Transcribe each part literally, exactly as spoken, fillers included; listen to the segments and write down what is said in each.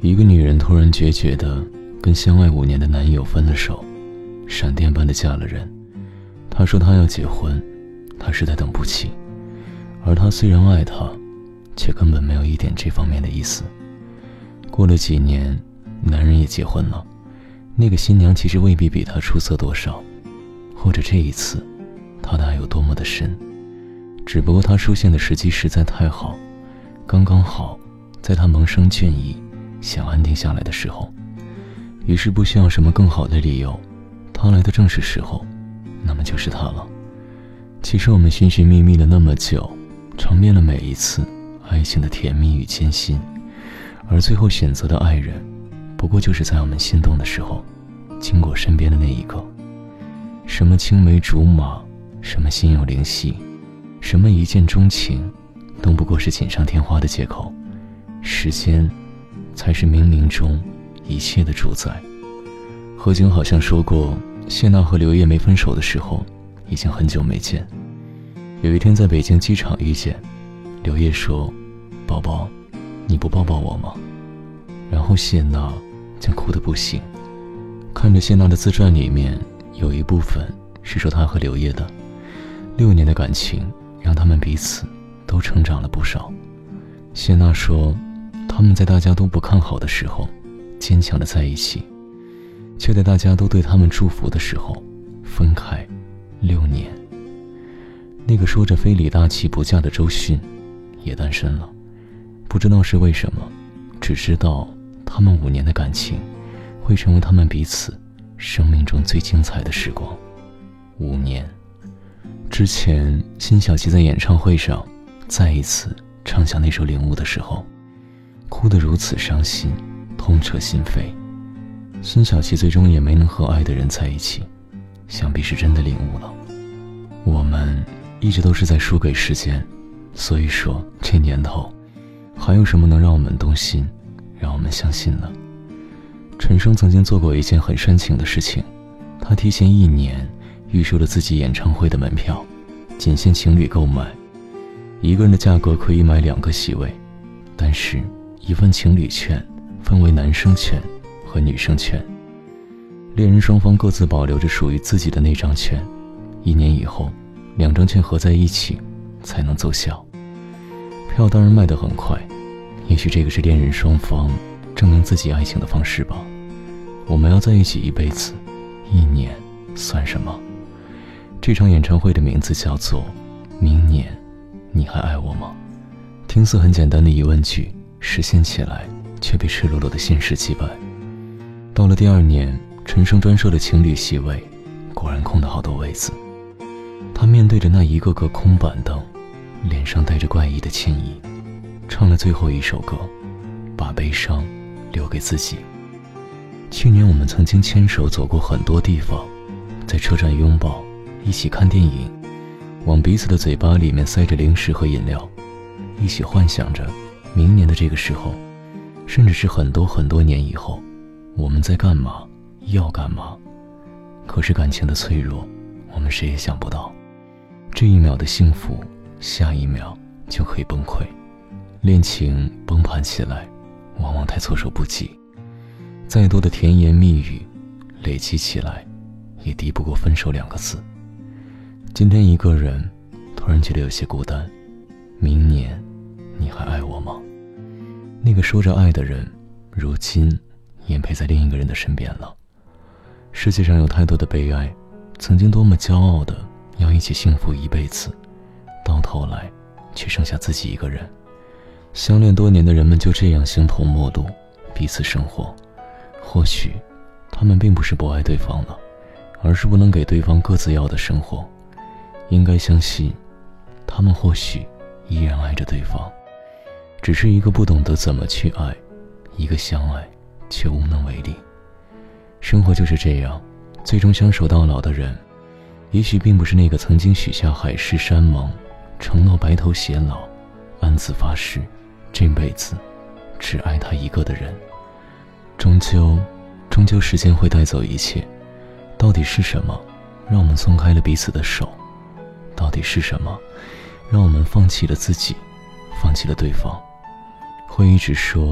一个女人突然决绝地跟相爱五年的男友分了手，闪电般的嫁了人。她说她要结婚，她实在等不起，而他虽然爱她，却根本没有一点这方面的意思。过了几年，男人也结婚了，那个新娘其实未必比他出色多少，或者这一次他的爱有多么的深，只不过他出现的时机实在太好，刚刚好在他萌生倦意想安定下来的时候，于是不需要什么更好的理由，他来的正是时候，那么就是他了。其实我们寻寻觅觅了那么久，尝遍了每一次爱情的甜蜜与艰辛，而最后选择的爱人，不过就是在我们心动的时候经过身边的那一个。什么青梅竹马，什么心有灵犀，什么一见钟情，都不过是锦上添花的借口，时间才是冥冥中一切的主宰。何炅好像说过，谢娜和刘烨没分手的时候已经很久没见。有一天在北京机场遇见，刘烨说，宝宝，你不抱抱我吗？然后谢娜竟哭得不行。看着谢娜的自传里面有一部分是说她和刘烨的六年的感情让他们彼此都成长了不少。谢娜说，他们在大家都不看好的时候坚强的在一起，却在大家都对他们祝福的时候分开六年。那个说着非李大齐不嫁的周迅也单身了，不知道是为什么，只知道他们五年的感情会成为他们彼此生命中最精彩的时光。五年之前，辛晓琪在演唱会上再一次唱响那首《领悟》的时候，哭得如此伤心，痛彻心扉。辛晓琪最终也没能和爱的人在一起，想必是真的领悟了。我们一直都是在输给时间，所以说这年头还有什么能让我们动心，让我们相信呢？陈升曾经做过一件很煽情的事情，他提前一年预售了自己演唱会的门票，仅限情侣购买，一个人的价格可以买两个席位，但是一份情侣券分为男生券和女生券，恋人双方各自保留着属于自己的那张券，一年以后两张券合在一起才能奏效。票当然卖得很快，也许这个是恋人双方证明自己爱情的方式吧。我们要在一起一辈子，一年算什么？这场演唱会的名字叫做明年你还爱我吗？听似很简单的疑问句，实现起来却被赤裸裸的现实击败。到了第二年，陈升专设的情侣席位果然空了好多位子，他面对着那一个个空板凳，脸上带着怪异的歉意，唱了最后一首歌，把悲伤留给自己。去年我们曾经牵手走过很多地方，在车站拥抱，一起看电影，往彼此的嘴巴里面塞着零食和饮料，一起幻想着明年的这个时候，甚至是很多很多年以后，我们在干嘛，要干嘛。可是感情的脆弱，我们谁也想不到，这一秒的幸福，下一秒就可以崩溃。恋情崩盘起来，往往太措手不及，再多的甜言蜜语累积起来，也敌不过分手两个字。今天一个人突然觉得有些孤单，明年你还爱我吗？那个说着爱的人，如今也陪在另一个人的身边了。世界上有太多的悲哀，曾经多么骄傲的要一起幸福一辈子，到头来却剩下自己一个人。相恋多年的人们就这样形同陌路，彼此生活。或许他们并不是不爱对方了，而是不能给对方各自要的生活。应该相信，他们或许依然爱着对方，只是一个不懂得怎么去爱，一个相爱却无能为力。生活就是这样，最终相守到老的人，也许并不是那个曾经许下海誓山盟，承诺白头偕老，暗自发誓这辈子只爱他一个的人。终究终究时间会带走一切，到底是什么让我们松开了彼此的手？到底是什么让我们放弃了自己，放弃了对方？会一直说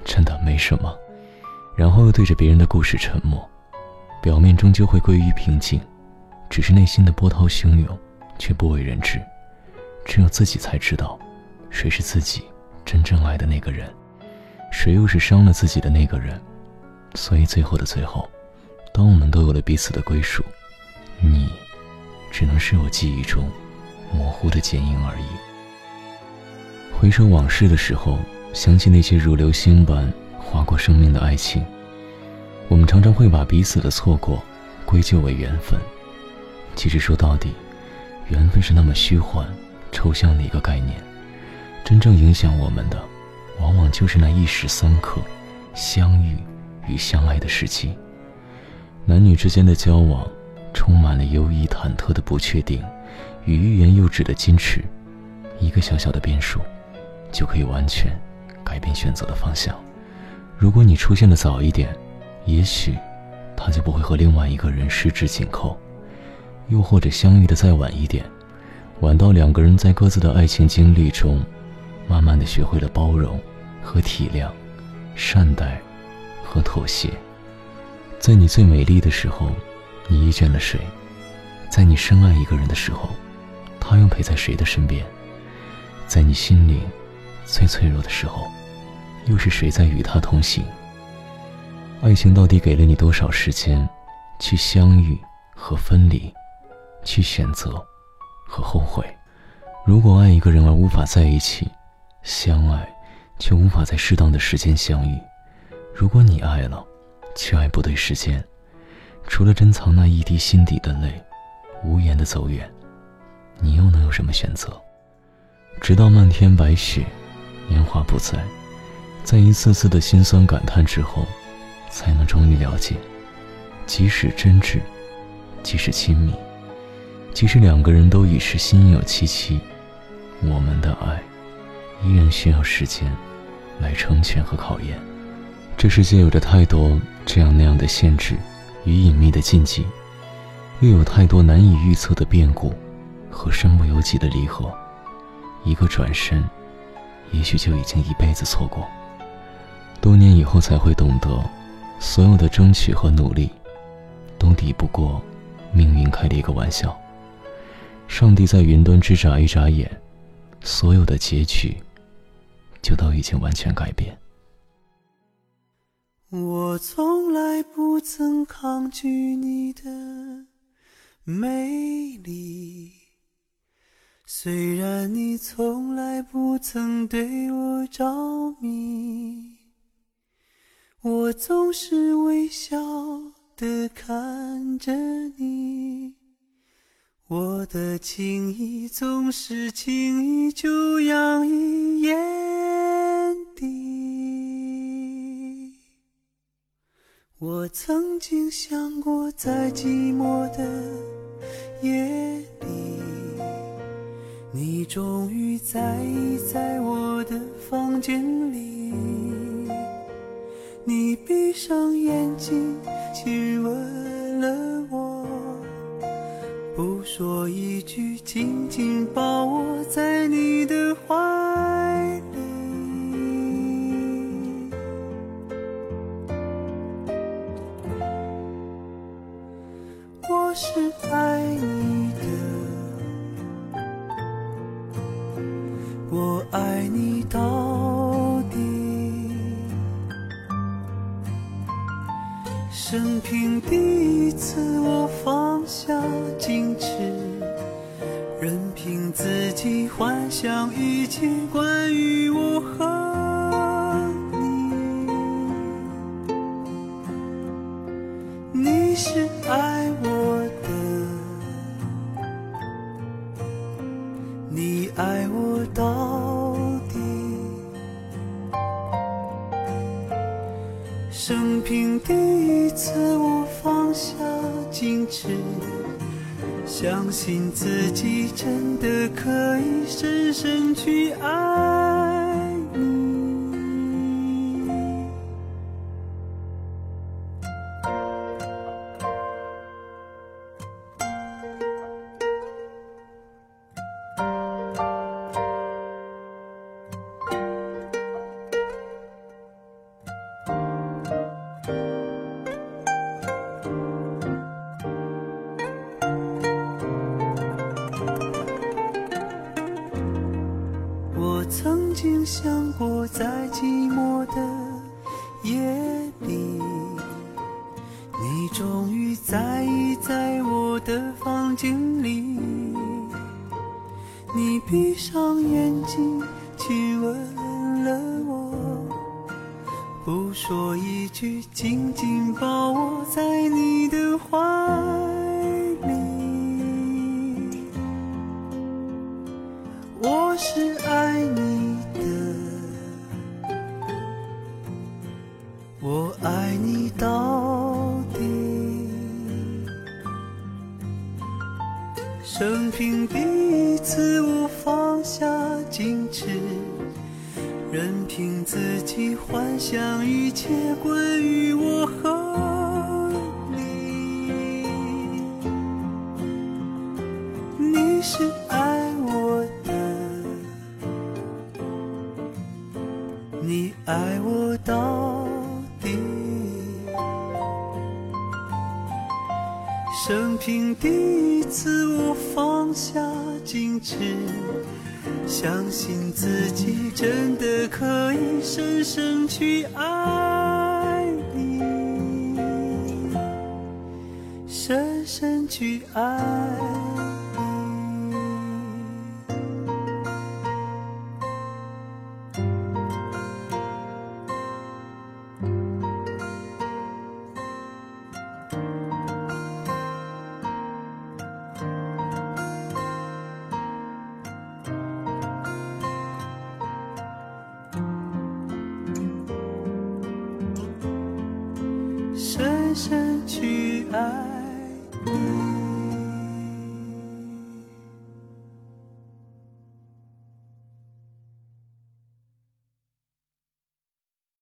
真的没什么，然后又对着别人的故事沉默，表面终究会归于平静，只是内心的波涛汹涌却不为人知。只有自己才知道，谁是自己真正爱的那个人，谁又是伤了自己的那个人。所以最后的最后，当我们都有了彼此的归属，你只能是我记忆中模糊的剪影而已。回首往事的时候，想起那些如流星般划过生命的爱情，我们常常会把彼此的错过归咎为缘分。其实说到底，缘分是那么虚幻抽象的一个概念，真正影响我们的往往就是那一时三刻相遇与相爱的时机。男女之间的交往充满了犹疑忐忑的不确定与欲言又止的矜持，一个小小的变数就可以完全改变选择的方向。如果你出现的早一点，也许他就不会和另外一个人十指紧扣，又或者相遇的再晚一点，晚到两个人在各自的爱情经历中慢慢的学会了包容和体谅，善待和妥协。在你最美丽的时候，你遇见了谁？在你深爱一个人的时候，他又陪在谁的身边？在你心灵最脆弱的时候，又是谁在与他同行？爱情到底给了你多少时间去相遇和分离，去选择和后悔？如果爱一个人而无法在一起，相爱却无法在适当的时间相遇，如果你爱了却爱不对时间，除了珍藏那一滴心底的泪，无言的走远，你又能有什么选择？直到漫天白雪，年华不在，在一次次的心酸感叹之后，才能终于了解，即使真挚，即使亲密，即使两个人都已是心有戚戚，我们的爱依然需要时间来成全和考验。这世界有着太多这样那样的限制与隐秘的禁忌，又有太多难以预测的变故和身不由己的离合，一个转身也许就已经一辈子错过。多年以后才会懂得，所有的争取和努力都抵不过命运开的一个玩笑。上帝在云端只眨一眨眼，所有的结局就都已经完全改变。 我从来不曾抗拒你的美丽，虽然你从来不曾对我着迷，我总是微笑地看着你，我的情意总是轻易就洋溢眼底。我曾经想过，在寂寞的夜里，你终于在意在我的房间里，你闭上眼睛亲吻了我，不说一句，紧紧抱我在你的怀里。我是爱你的，我爱你到底，生平第一次我放下矜持，任凭自己幻想一切关于我和你。你是爱我的，你爱我到底，生平第一次我放下矜持，相信自己真的可以深深去爱你。 想过在寂寞的夜里，你终于在意在我的房间里，你闭上眼睛亲吻了我，不说一句，紧紧抱我在你的怀里。我是爱你的，我爱你到底。生平第一次我放下矜持，任凭自己幻想一切关于我和你。你是爱我的，你爱我到底。生平第一次我放下矜持，相信自己真的可以深深去爱你，深深去爱你。深深去爱你。